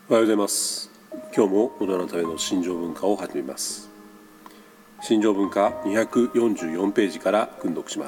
おはようございます。今日も大人のための心情文化を始めます。心情文化244ページから訓読します。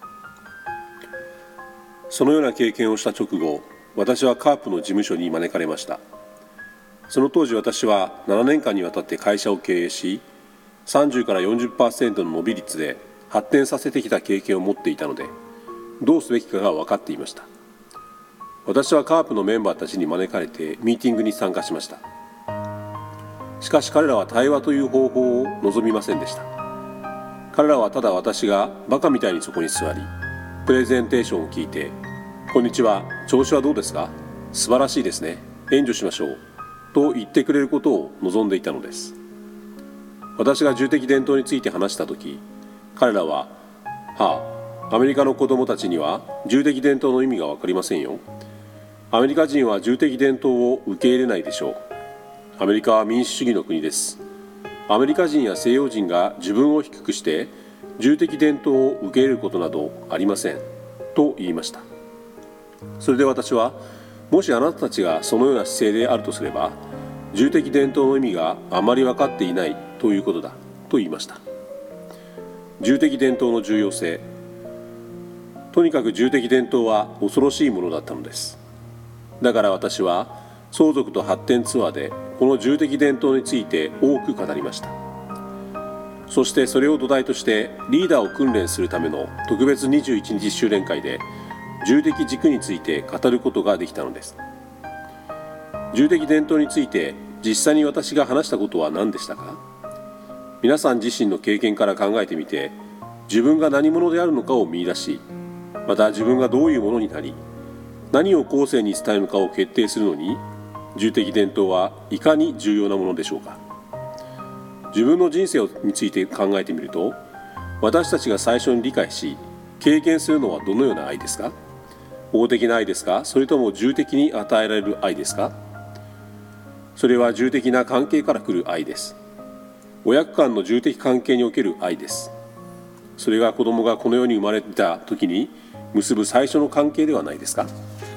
そのような経験をした直後、私はカープの事務所に招かれました。その当時私は7年間にわたって会社を経営し、30から 40% の伸び率で発展させてきた経験を持っていたので、どうすべきかが分かっていました。私はカープのメンバーたちに招かれてミーティングに参加しました。しかし彼らは対話という方法を望みませんでした。彼らはただ私がバカみたいにそこに座り、プレゼンテーションを聞いて、こんにちは、調子はどうですか、素晴らしいですね、援助しましょうと言ってくれることを望んでいたのです。私が重的伝統について話したとき、彼らは、アメリカの子供たちには重的伝統の意味が分かりませんよ。アメリカ人は重的伝統を受け入れないでしょう。アメリカは民主主義の国です。アメリカ人や西洋人が自分を低くして重的伝統を受け入れることなどありませんと言いました。それで私は、もしあなたたちがそのような姿勢であるとすれば、重的伝統の意味があまり分かっていないということだと言いました。重的伝統の重要性。とにかく重的伝統は恐ろしいものだったのです。だから私は相続と発展ツアーでこの重的伝統について多く語りました。そしてそれを土台としてリーダーを訓練するための特別21日修練会で重的軸について語ることができたのです。重的伝統について実際に私が話したことは何でしたか？皆さん自身の経験から考えてみて、自分が何者であるのかを見出し、また自分がどういうものになり、何を後世に伝えるのかを決定するのに、重的伝統はいかに重要なものでしょうか。自分の人生について考えてみると、私たちが最初に理解し経験するのはどのような愛ですか？法的な愛ですか？それとも重的に与えられる愛ですか？それは重的な関係から来る愛です。親子間の重的関係における愛です。それが子供がこの世に生まれた時に結ぶ最初の関係ではないですか？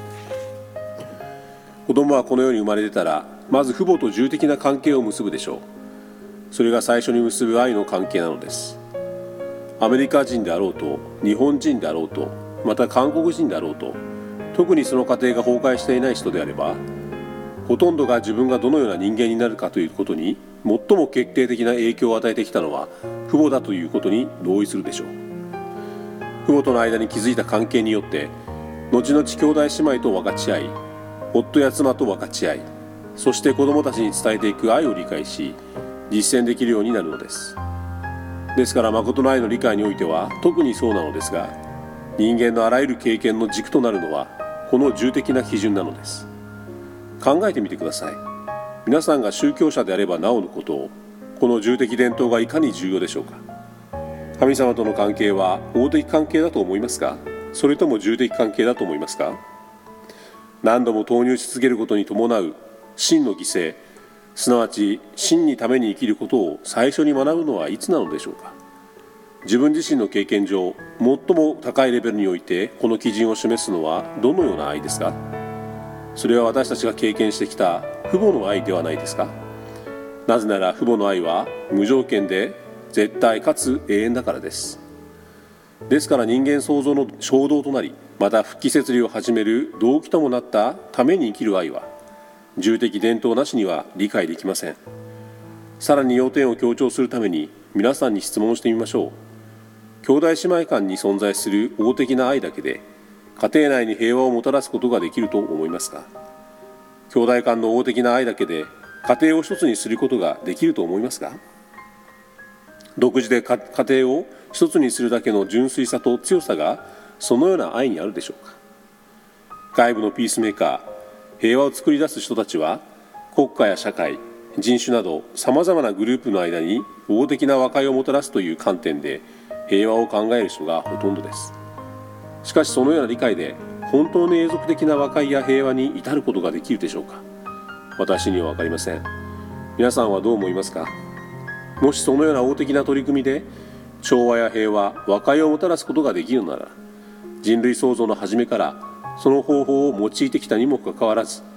子供はこの世に生まれてたら、まず父母と重的な関係を結ぶでしょう。それが最初に結ぶ愛の関係なのです。アメリカ人であろうと、日本人であろうと、また韓国人であろうと、特にその家庭が崩壊していない人であれば、ほとんどが自分がどのような人間になるかということに最も決定的な影響を与えてきたのは父母だということに同意するでしょう。父母との間に築いた関係によって、後々兄弟姉妹と分かち合い、夫や妻と分かち合い、そして子供たちに伝えていく愛を理解し、実践できるようになるのです。ですから誠の愛の理解においては特にそうなのですが、人間のあらゆる経験の軸となるのはこの重的な基準なのです。考えてみてください。皆さんが宗教者であればなおのことを、この重的伝統がいかに重要でしょうか。神様との関係は法的関係だと思いますか？それとも重的関係だと思いますか？何度も投入し続けることに伴う真の犠牲、すなわち真にために生きることを最初に学ぶのはいつなのでしょうか。自分自身の経験上、最も高いレベルにおいてこの基準を示すのはどのような愛ですか？それは私たちが経験してきた父母の愛ではないですか？なぜなら父母の愛は無条件で絶対かつ永遠だからです。ですから人間創造の衝動となり、また復帰摂理を始める動機ともなったために生きる愛は、重的伝統なしには理解できません。さらに要点を強調するために皆さんに質問してみましょう。兄弟姉妹間に存在する法的な愛だけで家庭内に平和をもたらすことができると思いますか？兄弟間の法的な愛だけで家庭を一つにすることができると思いますか？独自で家庭を一つにするだけの純粋さと強さがそのような愛にあるでしょうか。外部のピースメーカー、平和を作り出す人たちは国家や社会、人種などさまざまなグループの間に法的な和解をもたらすという観点で平和を考える人がほとんどです。しかしそのような理解で本当に永続的な和解や平和に至ることができるでしょうか。私には分かりません。皆さんはどう思いますか？もしそのような法的な取り組みで調和や平和、和解をもたらすことができるなら、人類創造の初めからその方法を用いてきたにもかかわらず、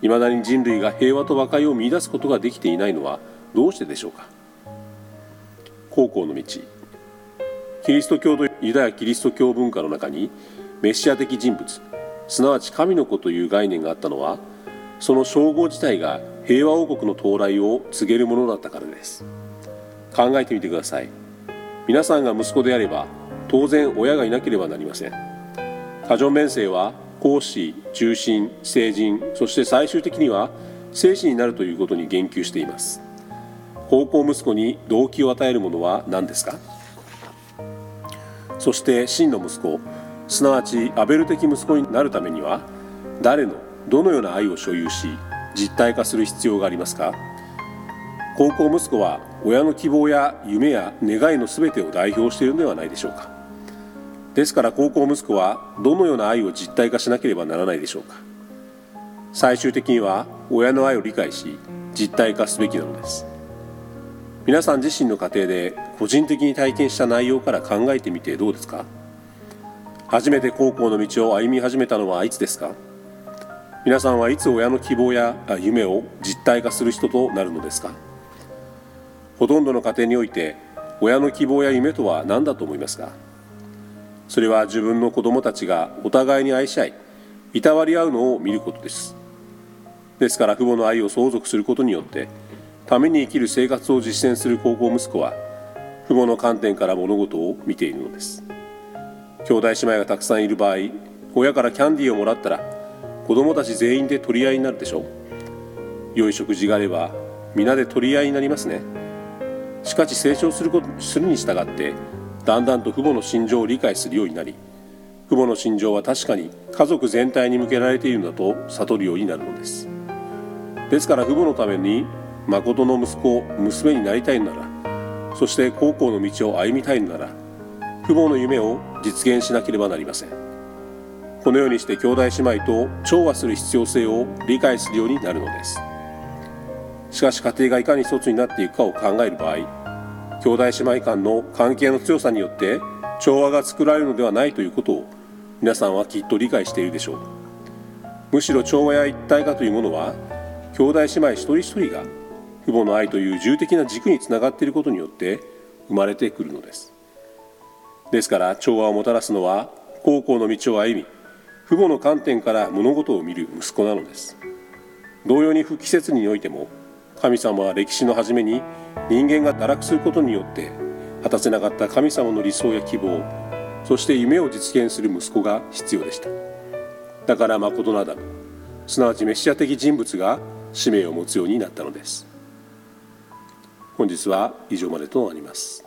いまだに人類が平和と和解を見出すことができていないのはどうしてでしょうか。孝行の道。キリスト教とユダヤキリスト教文化の中にメシア的人物、すなわち神の子という概念があったのは、その称号自体が平和王国の到来を告げるものだったからです。考えてみてください。皆さんが息子であれば当然親がいなければなりません。カジョン弁生は孔子、忠臣、聖人、そして最終的には聖子になるということに言及しています。孝行息子に動機を与えるものは何ですか。そして真の息子、すなわちアベル的息子になるためには誰のどのような愛を所有し実体化する必要がありますか。孝行息子は親の希望や夢や願いのすべてを代表しているのではないでしょうか。ですから孝行息子はどのような愛を実体化しなければならないでしょうか。最終的には親の愛を理解し実体化すべきなのです。皆さん自身の家庭で個人的に体験した内容から考えてみてどうですか。初めて孝行の道を歩み始めたのはいつですか。皆さんはいつ親の希望や夢を実体化する人となるのですか。ほとんどの家庭において親の希望や夢とは何だと思いますか。それは自分の子供たちがお互いに愛し合いいたわり合うのを見ることです。ですから父母の愛を相続することによってために生きる生活を実践する孝行息子は父母の観点から物事を見ているのです。兄弟姉妹がたくさんいる場合、親からキャンディーをもらったら子供たち全員で取り合いになるでしょう。良い食事があれば皆で取り合いになりますね。しかし成長するに従ってだんだんと父母の心情を理解するようになり、父母の心情は確かに家族全体に向けられているのだと悟るようになるのです。ですから父母のために誠の息子、娘になりたいのなら、そして孝行の道を歩みたいのなら、父母の夢を実現しなければなりません。このようにして兄弟姉妹と調和する必要性を理解するようになるのです。しかし家庭がいかに一つになっていくかを考える場合、兄弟姉妹間の関係の強さによって調和が作られるのではないということを皆さんはきっと理解しているでしょう。むしろ調和や一体化というものは兄弟姉妹一人一人が父母の愛という重的な軸につながっていることによって生まれてくるのです。ですから調和をもたらすのは孝行の道を歩み、父母の観点から物事を見る息子なのです。同様に不季節においても神様は歴史の初めに人間が堕落することによって果たせなかった神様の理想や希望、そして夢を実現する息子が必要でした。だから誠のアダム、すなわちメシア的人物が使命を持つようになったのです。本日は以上までとなります。